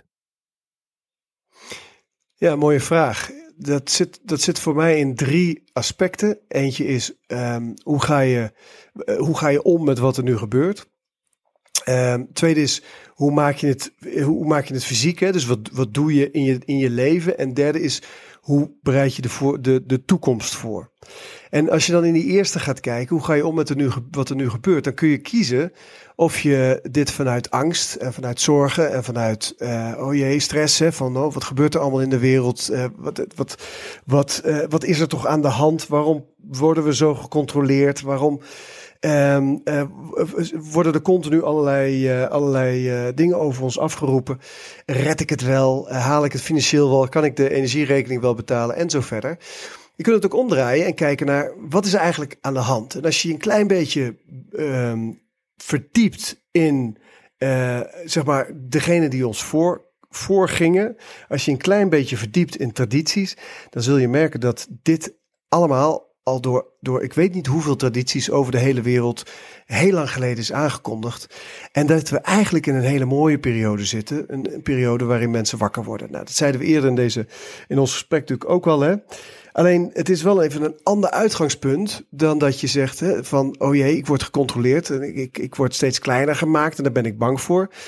Ja, mooie vraag. Dat zit, dat zit voor mij in drie aspecten. Eentje is, um, hoe, ga je, uh, hoe ga je om met wat er nu gebeurt? Um, tweede is, hoe maak je het, hoe maak je het fysiek? Hè? Dus wat, wat doe je in, je in je leven? En derde is, hoe bereid je de, voor, de, de toekomst voor? En als je dan in die eerste gaat kijken, hoe ga je om met er nu, wat er nu gebeurt? Dan kun je kiezen of je dit vanuit angst en vanuit zorgen en vanuit, uh, oh jee, stress, hè, van oh, wat gebeurt er allemaal in de wereld? Uh, wat, wat, wat, uh, wat is er toch aan de hand? Waarom worden we zo gecontroleerd? Waarom um, uh, worden er continu allerlei, uh, allerlei uh, dingen over ons afgeroepen? Red ik het wel? Uh, haal ik het financieel wel? Kan ik de energierekening wel betalen? En zo verder. Je kunt het ook omdraaien en kijken naar wat is er eigenlijk aan de hand. En als je een klein beetje um, verdiept in uh, zeg maar degene die ons voor, voorgingen. Als je een klein beetje verdiept in tradities, dan zul je merken dat dit allemaal al door, door ik weet niet hoeveel tradities over de hele wereld heel lang geleden is aangekondigd. En dat we eigenlijk in een hele mooie periode zitten. Een, een periode waarin mensen wakker worden. Nou, dat zeiden we eerder in, deze, in ons gesprek natuurlijk ook wel, hè. Alleen, het is wel even een ander uitgangspunt dan dat je zegt hè, van, oh jee, ik word gecontroleerd en ik, ik, ik word steeds kleiner gemaakt en daar ben ik bang voor.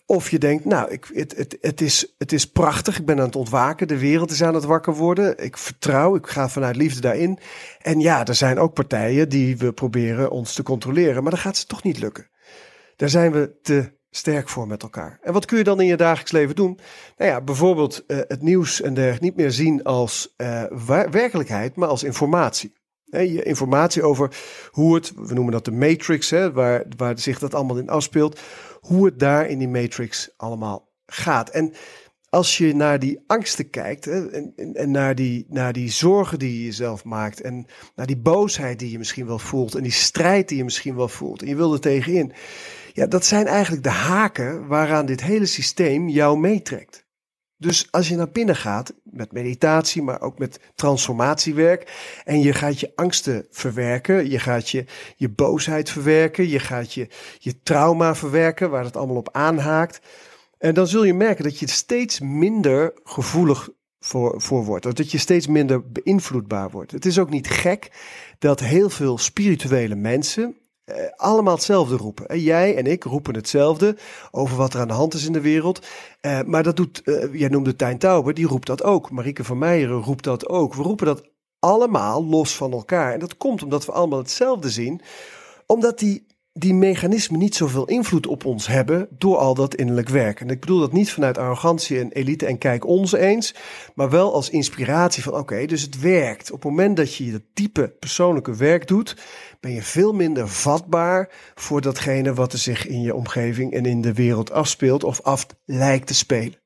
Of je denkt, nou, ik, het, het, het, is, het is prachtig. Ik ben aan het ontwaken. De wereld is aan het wakker worden. Ik vertrouw. Ik ga vanuit liefde daarin. En ja, er zijn ook partijen die we proberen ons te controleren. Maar dan gaat het toch niet lukken. Daar zijn we te sterk voor met elkaar. En wat kun je dan in je dagelijks leven doen? Nou ja, bijvoorbeeld uh, het nieuws en dergelijke niet meer zien als uh, wa- werkelijkheid, maar als informatie. He, je informatie over hoe het, we noemen dat de matrix, hè, waar, waar zich dat allemaal in afspeelt, hoe het daar in die matrix allemaal gaat. En als je naar die angsten kijkt, hè, en, en, en naar, die, naar die zorgen die je jezelf maakt, en naar die boosheid die je misschien wel voelt, en die strijd die je misschien wel voelt, en je wil er tegenin. Ja, dat zijn eigenlijk de haken waaraan dit hele systeem jou meetrekt. Dus als je naar binnen gaat, met meditatie, maar ook met transformatiewerk, en je gaat je angsten verwerken, je gaat je, je boosheid verwerken, je gaat je, je trauma verwerken, waar het allemaal op aanhaakt. En dan zul je merken dat je steeds minder gevoelig voor, voor wordt. Dat je steeds minder beïnvloedbaar wordt. Het is ook niet gek dat heel veel spirituele mensen Uh, allemaal hetzelfde roepen. En jij en ik roepen hetzelfde over wat er aan de hand is in de wereld. Uh, maar dat doet, uh, jij noemde Tijn Tauber, die roept dat ook. Marieke van Meijeren roept dat ook. We roepen dat allemaal los van elkaar. En dat komt omdat we allemaal hetzelfde zien. Omdat die, die mechanismen niet zoveel invloed op ons hebben door al dat innerlijk werk. En ik bedoel dat niet vanuit arrogantie en elite en kijk ons eens, maar wel als inspiratie van oké, okay, dus het werkt. Op het moment dat je dat diepe persoonlijke werk doet, ben je veel minder vatbaar voor datgene wat er zich in je omgeving en in de wereld afspeelt of af lijkt te spelen.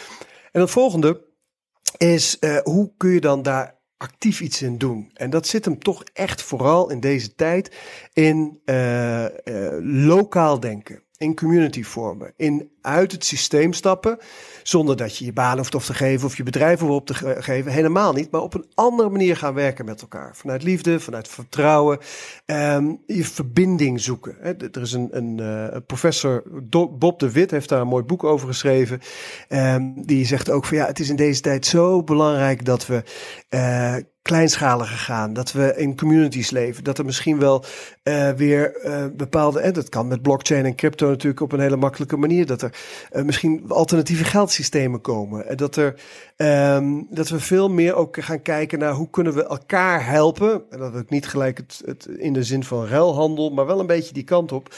En het volgende is, uh, hoe kun je dan daar actief iets in doen? En dat zit hem toch echt vooral in deze tijd in uh, uh, lokaal denken, in community vormen, in uit het systeem stappen, zonder dat je je baan hoeft op te geven of je bedrijf hoeft op te ge- geven, helemaal niet, maar op een andere manier gaan werken met elkaar. Vanuit liefde, vanuit vertrouwen, um, je verbinding zoeken. He, er is een, een uh, professor, Do- Bob de Wit, heeft daar een mooi boek over geschreven. Um, die zegt ook van ja, het is in deze tijd zo belangrijk dat we uh, kleinschaliger gaan, dat we in communities leven, dat er misschien wel uh, weer uh, bepaalde, en dat kan met blockchain en crypto natuurlijk op een hele makkelijke manier, dat er uh, misschien alternatieve geldsystemen komen, en dat er um, dat we veel meer ook gaan kijken naar hoe kunnen we elkaar helpen, en dat ook niet gelijk het, het in de zin van ruilhandel, maar wel een beetje die kant op.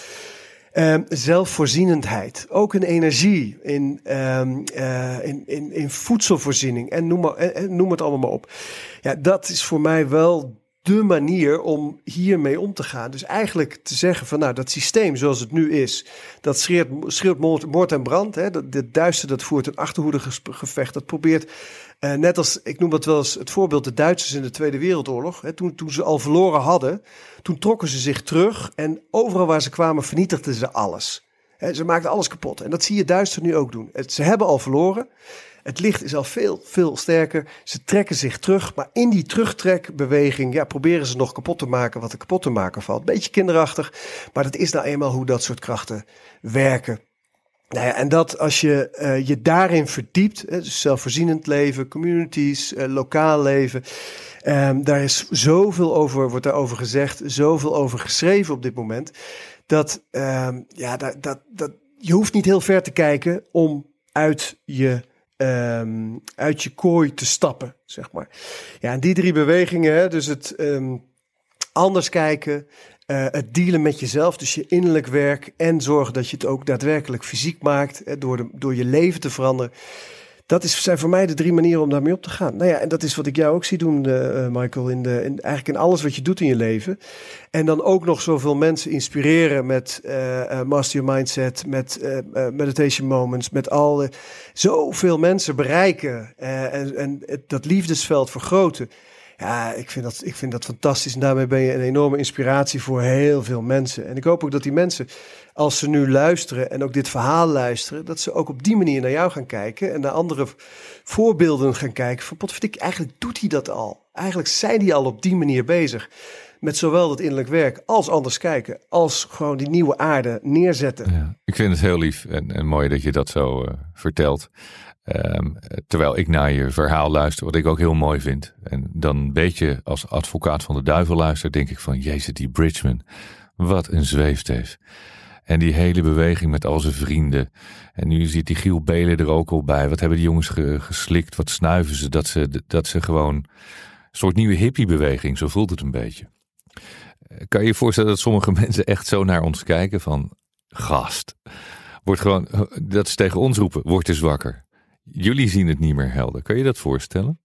Um, zelfvoorzienendheid, ook in energie, in, um, uh, in, in, in voedselvoorziening en noem, maar, en noem het allemaal maar op. Ja, dat is voor mij wel de manier om hiermee om te gaan. Dus eigenlijk te zeggen van nou, dat systeem zoals het nu is, dat schreeuwt, schreeuwt moord, moord en brand. Hè? Dat, dat duister dat voert een achterhoedegevecht. Dat probeert, uh, net als, ik noem dat wel eens het voorbeeld, de Duitsers in de Tweede Wereldoorlog. Hè? Toen, toen ze al verloren hadden, toen trokken ze zich terug en overal waar ze kwamen vernietigden ze alles. Hè? Ze maakten alles kapot. En dat zie je Duitsers nu ook doen. Het, ze hebben al verloren. Het licht is al veel, veel sterker. Ze trekken zich terug. Maar in die terugtrekbeweging ja, proberen ze nog kapot te maken wat er kapot te maken valt. Beetje kinderachtig. Maar dat is nou eenmaal hoe dat soort krachten werken. Nou ja, en dat als je uh, je daarin verdiept. Hè, dus zelfvoorzienend leven, communities, uh, lokaal leven. Um, daar is zoveel over, wordt daarover gezegd. Zoveel over geschreven op dit moment. Dat, um, ja, dat, dat, dat, je hoeft niet heel ver te kijken om uit je... Um, uit je kooi te stappen, zeg maar. Ja, en die drie bewegingen, hè, dus het um, anders kijken, uh, het dealen met jezelf, dus je innerlijk werk en zorgen dat je het ook daadwerkelijk fysiek maakt, hè, door, de, door je leven te veranderen. Dat is, zijn voor mij de drie manieren om daarmee op te gaan. Nou ja, en dat is wat ik jou ook zie doen, uh, Michael, in de, in, eigenlijk in alles wat je doet in je leven. En dan ook nog zoveel mensen inspireren met uh, uh, Master Your Mindset, met uh, uh, Meditation Moments, met al uh, zoveel mensen bereiken uh, en, en dat liefdesveld vergroten. Ja, ik vind, dat, ik vind dat fantastisch en daarmee ben je een enorme inspiratie voor heel veel mensen. En ik hoop ook dat die mensen, als ze nu luisteren en ook dit verhaal luisteren, dat ze ook op die manier naar jou gaan kijken en naar andere voorbeelden gaan kijken. Van potverdik, eigenlijk doet hij dat al. Eigenlijk zijn die al op die manier bezig met zowel dat innerlijk werk als anders kijken, als gewoon die nieuwe aarde neerzetten. Ja, ik vind het heel lief en, en mooi dat je dat zo uh, vertelt. Um, terwijl ik naar je verhaal luister, wat ik ook heel mooi vind. En dan een beetje als advocaat van de duivel luister, denk ik van, jezus, die Bridgman, wat een zweefteef. En die hele beweging met al zijn vrienden. En nu zit die Giel Belen er ook al bij. Wat hebben die jongens ge- geslikt? Wat snuiven ze? Dat ze, dat ze gewoon een soort nieuwe hippiebeweging. Zo voelt het een beetje. Kan je je voorstellen dat sommige mensen echt zo naar ons kijken van... Gast, wordt gewoon, dat ze tegen ons roepen, word eens wakker. Jullie zien het niet meer helder. Kan je dat voorstellen?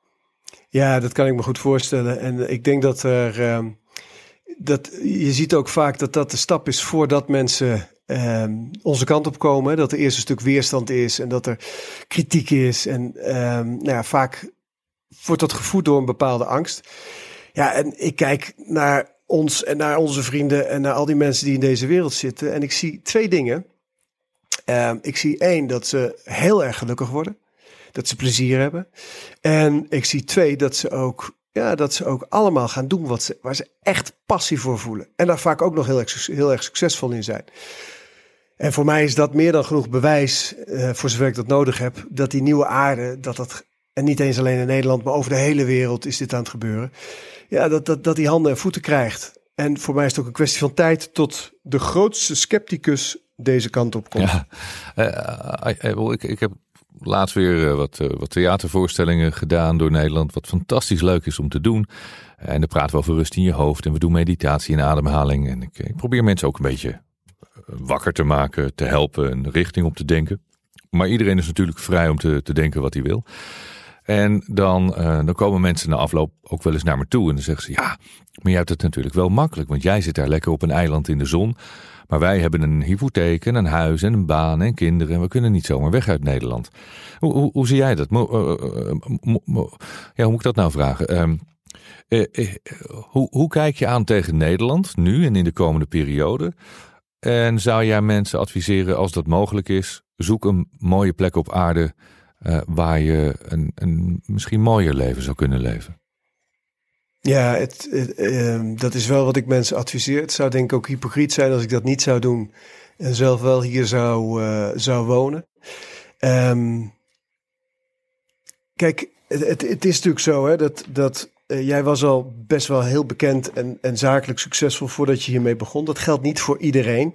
Ja, dat kan ik me goed voorstellen. En ik denk dat er... Uh, dat, je ziet ook vaak dat dat de stap is voordat mensen uh, onze kant op komen. Dat er eerst een stuk weerstand is en dat er kritiek is. En uh, nou ja, vaak wordt dat gevoed door een bepaalde angst. Ja, en ik kijk naar ons en naar onze vrienden en naar al die mensen die in deze wereld zitten. En ik zie twee dingen. Uh, ik zie één, dat ze heel erg gelukkig worden. Dat ze plezier hebben. En ik zie twee, dat ze ook, ja, dat ze ook allemaal gaan doen wat ze, waar ze echt passie voor voelen. En daar vaak ook nog heel erg, heel erg succesvol in zijn. En voor mij is dat meer dan genoeg bewijs, uh, voor zover ik dat nodig heb, dat die nieuwe aarde, dat dat, en niet eens alleen in Nederland, maar over de hele wereld is dit aan het gebeuren. Ja, dat, dat, dat die handen en voeten krijgt. En voor mij is het ook een kwestie van tijd tot de grootste scepticus deze kant op komt. Ja, uh, uh, ik, ik heb laatst weer uh, wat, uh, wat theatervoorstellingen gedaan door Nederland. Wat fantastisch leuk is om te doen. En dan praten we over rust in je hoofd. En we doen meditatie en ademhaling. En ik, ik probeer mensen ook een beetje wakker te maken, te helpen, een richting op te denken. Maar iedereen is natuurlijk vrij om te, te denken wat hij wil. En dan, uh, dan komen mensen na afloop ook wel eens naar me toe. En dan zeggen ze, ja, maar jij hebt het natuurlijk wel makkelijk. Want jij zit daar lekker op een eiland in de zon. Maar wij hebben een hypotheek en een huis en een baan en kinderen. En we kunnen niet zomaar weg uit Nederland. Hoe, hoe, hoe zie jij dat? Mo, uh, mo, mo, ja, hoe moet ik dat nou vragen? Um, uh, uh, hoe, hoe kijk je aan tegen Nederland nu en in de komende periode? En zou jij mensen adviseren, als dat mogelijk is, zoek een mooie plek op aarde uh, waar je een, een misschien mooier leven zou kunnen leven? Ja, het, het, uh, dat is wel wat ik mensen adviseer. Het zou denk ik ook hypocriet zijn als ik dat niet zou doen en zelf wel hier zou, uh, zou wonen. Um, kijk, het, het, het is natuurlijk zo hè, dat, dat uh, jij was al best wel heel bekend en, en zakelijk succesvol voordat je hiermee begon. Dat geldt niet voor iedereen.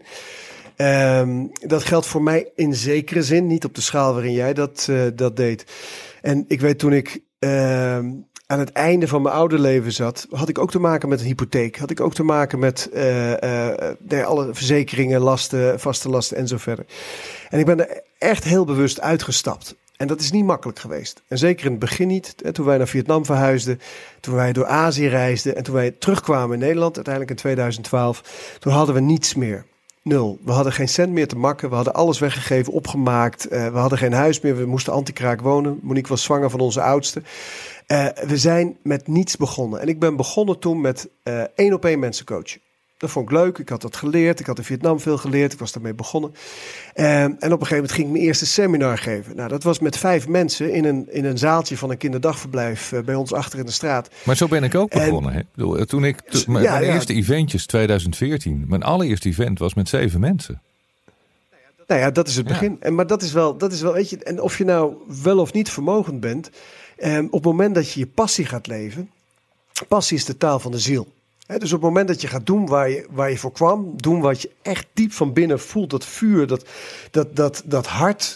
Um, dat geldt voor mij in zekere zin, niet op de schaal waarin jij dat, uh, dat deed. En ik weet toen ik... Uh, aan het einde van mijn oude leven zat, had ik ook te maken met een hypotheek. Had ik ook te maken met uh, uh, nee, alle verzekeringen, lasten, vaste lasten en zo verder. En ik ben er echt heel bewust uitgestapt. En dat is niet makkelijk geweest. En zeker in het begin niet. Toen wij naar Vietnam verhuisden, toen wij door Azië reisden en toen wij terugkwamen in Nederland, uiteindelijk in tweeduizend twaalf, toen hadden we niets meer. Nul. We hadden geen cent meer te makken. We hadden alles weggegeven, opgemaakt. Uh, we hadden geen huis meer. We moesten anti-kraak wonen. Monique was zwanger van onze oudste. Uh, we zijn met niets begonnen. En ik ben begonnen toen met uh, één op één mensen coachen. Dat vond ik leuk. Ik had dat geleerd. Ik had in Vietnam veel geleerd. Ik was daarmee begonnen. Uh, en op een gegeven moment ging ik mijn eerste seminar geven. Nou, dat was met vijf mensen in een, in een zaaltje van een kinderdagverblijf uh, bij ons achter in de straat. Maar zo ben ik ook begonnen. En, hè? Toen ik, to, mijn, ja, mijn ja. eerste eventjes tweeduizend veertien. Mijn allereerste event was met zeven mensen. Nou ja, dat is het begin. Ja. En, maar dat is wel, dat is wel, weet je, en of je nou wel of niet vermogend bent, um, op het moment dat je je passie gaat leven, passie is de taal van de ziel. He, dus op het moment dat je gaat doen waar je, waar je voor kwam, doen wat je echt diep van binnen voelt, dat vuur, dat, dat, dat, dat hart,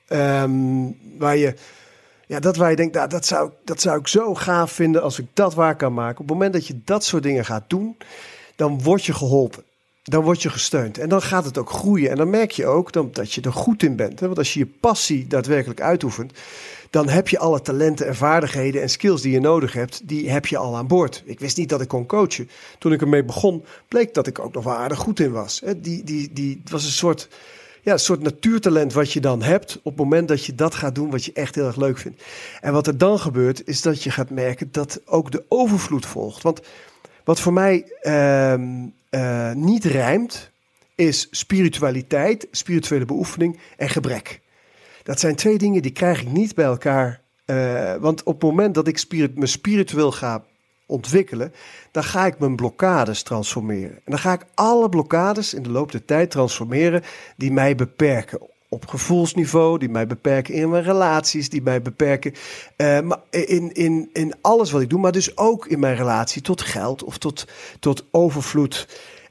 um, waar je, ja, dat waar je denkt, nou, dat zou, dat zou ik zo gaaf vinden als ik dat waar kan maken. Op het moment dat je dat soort dingen gaat doen, dan word je geholpen. Dan word je gesteund. En dan gaat het ook groeien. En dan merk je ook dan, dat je er goed in bent. Want als je je passie daadwerkelijk uitoefent, dan heb je alle talenten en vaardigheden en skills die je nodig hebt, die heb je al aan boord. Ik wist niet dat ik kon coachen. Toen ik ermee begon, bleek dat ik ook nog wel aardig goed in was. Die, die, die, het was een soort, ja, een soort natuurtalent wat je dan hebt op het moment dat je dat gaat doen wat je echt heel erg leuk vindt. En wat er dan gebeurt, is dat je gaat merken dat ook de overvloed volgt. Want wat voor mij Uh, Uh, niet rijmt, is spiritualiteit, spirituele beoefening en gebrek. Dat zijn twee dingen die krijg ik niet bij elkaar. Uh, want op het moment dat ik spirit, me spiritueel ga ontwikkelen, dan ga ik mijn blokkades transformeren. En dan ga ik alle blokkades in de loop der tijd transformeren die mij beperken. Op gevoelsniveau, die mij beperken in mijn relaties, die mij beperken uh, in, in, in alles wat ik doe, maar dus ook in mijn relatie tot geld of tot, tot overvloed.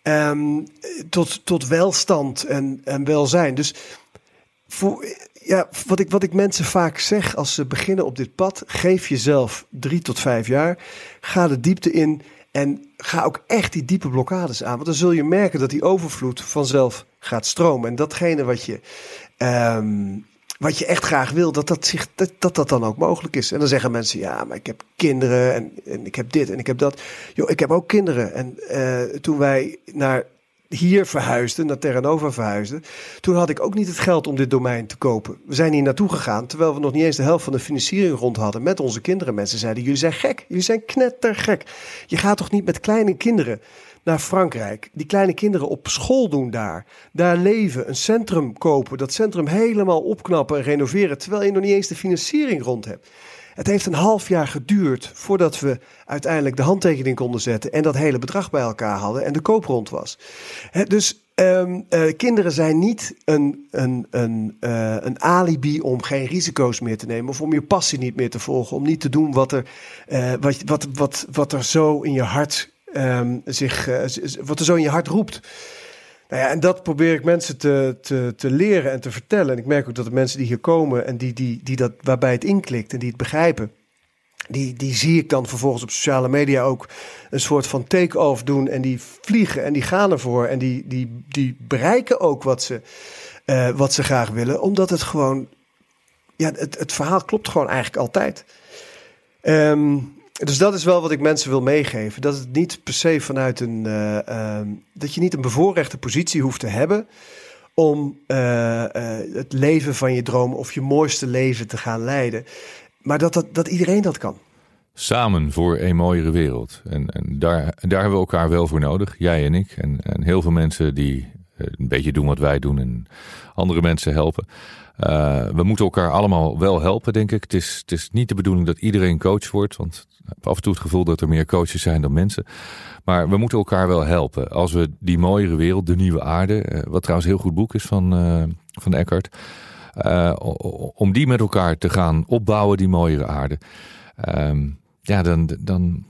Um, tot, tot welstand en, en welzijn. Dus voor, ja, wat, ik, wat ik mensen vaak zeg als ze beginnen op dit pad, geef jezelf drie tot vijf jaar. Ga de diepte in en ga ook echt die diepe blokkades aan. Want dan zul je merken dat die overvloed vanzelf gaat stromen. En datgene wat je... Um, Wat je echt graag wil, dat dat, zich, dat, dat dat dan ook mogelijk is. En dan zeggen mensen, ja, maar ik heb kinderen en, en ik heb dit en ik heb dat. Joh, ik heb ook kinderen. En uh, toen wij naar hier verhuisden, naar Terra Nova verhuisden, toen had ik ook niet het geld om dit domein te kopen. We zijn hier naartoe gegaan, terwijl we nog niet eens de helft van de financiering rond hadden met onze kinderen. Mensen zeiden, jullie zijn gek, jullie zijn knettergek. Je gaat toch niet met kleine kinderen naar Frankrijk, die kleine kinderen op school doen daar, daar leven, een centrum kopen, dat centrum helemaal opknappen en renoveren, terwijl je nog niet eens de financiering rond hebt. Het heeft een half jaar geduurd voordat we uiteindelijk de handtekening konden zetten en dat hele bedrag bij elkaar hadden en de koop rond was. He, dus um, uh, kinderen zijn niet een, een, een, uh, een alibi om geen risico's meer te nemen of om je passie niet meer te volgen, om niet te doen wat er, uh, wat, wat, wat, wat er zo in je hart Um, zich, uh, wat er zo in je hart roept. Nou ja, en dat probeer ik mensen te, te, te leren en te vertellen. En ik merk ook dat de mensen die hier komen en die, die, die dat, waarbij het inklikt en die het begrijpen, die, die zie ik dan vervolgens op sociale media ook een soort van take-off doen. En die vliegen en die gaan ervoor. En die, die, die bereiken ook wat ze, uh, wat ze graag willen. Omdat het gewoon, ja, het, het verhaal klopt gewoon eigenlijk altijd. Um, Dus dat is wel wat ik mensen wil meegeven. Dat het niet per se vanuit een... Uh, uh, dat je niet een bevoorrechte positie hoeft te hebben om uh, uh, het leven van je droom of je mooiste leven te gaan leiden. Maar dat, dat, dat iedereen dat kan. Samen voor een mooiere wereld. En, en daar, daar hebben we elkaar wel voor nodig. Jij en ik. En, en heel veel mensen die een beetje doen wat wij doen en andere mensen helpen. Uh, we moeten elkaar allemaal wel helpen, denk ik. Het is, het is niet de bedoeling dat iedereen coach wordt. Want ik heb af en toe het gevoel dat er meer coaches zijn dan mensen. Maar we moeten elkaar wel helpen. Als we die mooiere wereld, de nieuwe aarde, uh, wat trouwens een heel goed boek is van, uh, van Eckhart. Uh, om die met elkaar te gaan opbouwen, die mooiere aarde. Um, ja, dan... dan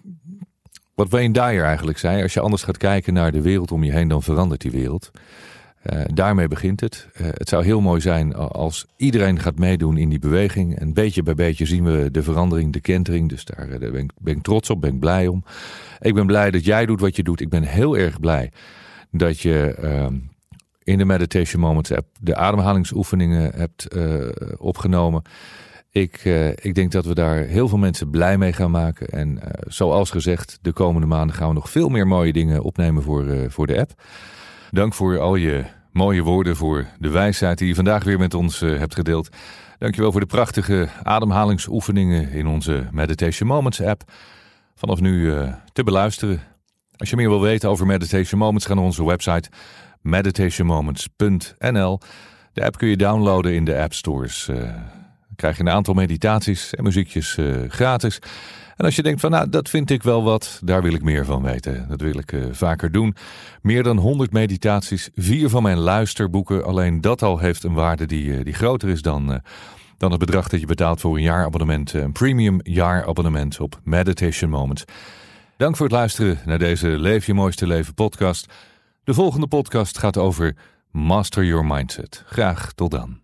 wat Wayne Dyer eigenlijk zei, als je anders gaat kijken naar de wereld om je heen, dan verandert die wereld. Uh, daarmee begint het. Uh, het zou heel mooi zijn als iedereen gaat meedoen in die beweging. En beetje bij beetje zien we de verandering, de kentering. Dus daar, daar ben, ik, ben ik trots op, ben ik blij om. Ik ben blij dat jij doet wat je doet. Ik ben heel erg blij dat je uh, in de Meditation Moments app de ademhalingsoefeningen hebt uh, opgenomen. Ik, uh, ik denk dat we daar heel veel mensen blij mee gaan maken. En uh, zoals gezegd, de komende maanden gaan we nog veel meer mooie dingen opnemen voor, uh, voor de app. Dank voor al je mooie woorden, voor de wijsheid die je vandaag weer met ons uh, hebt gedeeld. Dankjewel voor de prachtige ademhalingsoefeningen in onze Meditation Moments app. Vanaf nu uh, te beluisteren. Als je meer wil weten over Meditation Moments, ga naar onze website meditation moments punt n l. De app kun je downloaden in de app stores. Uh, krijg je een aantal meditaties en muziekjes uh, gratis. En als je denkt van nou, dat vind ik wel wat, daar wil ik meer van weten. Dat wil ik uh, vaker doen. Meer dan honderd meditaties, vier van mijn luisterboeken. Alleen dat al heeft een waarde die, uh, die groter is dan, uh, dan het bedrag dat je betaalt voor een jaarabonnement. Een premium jaarabonnement op Meditation Moments. Dank voor het luisteren naar deze Leef je mooiste leven podcast. De volgende podcast gaat over Master Your Mindset. Graag tot dan.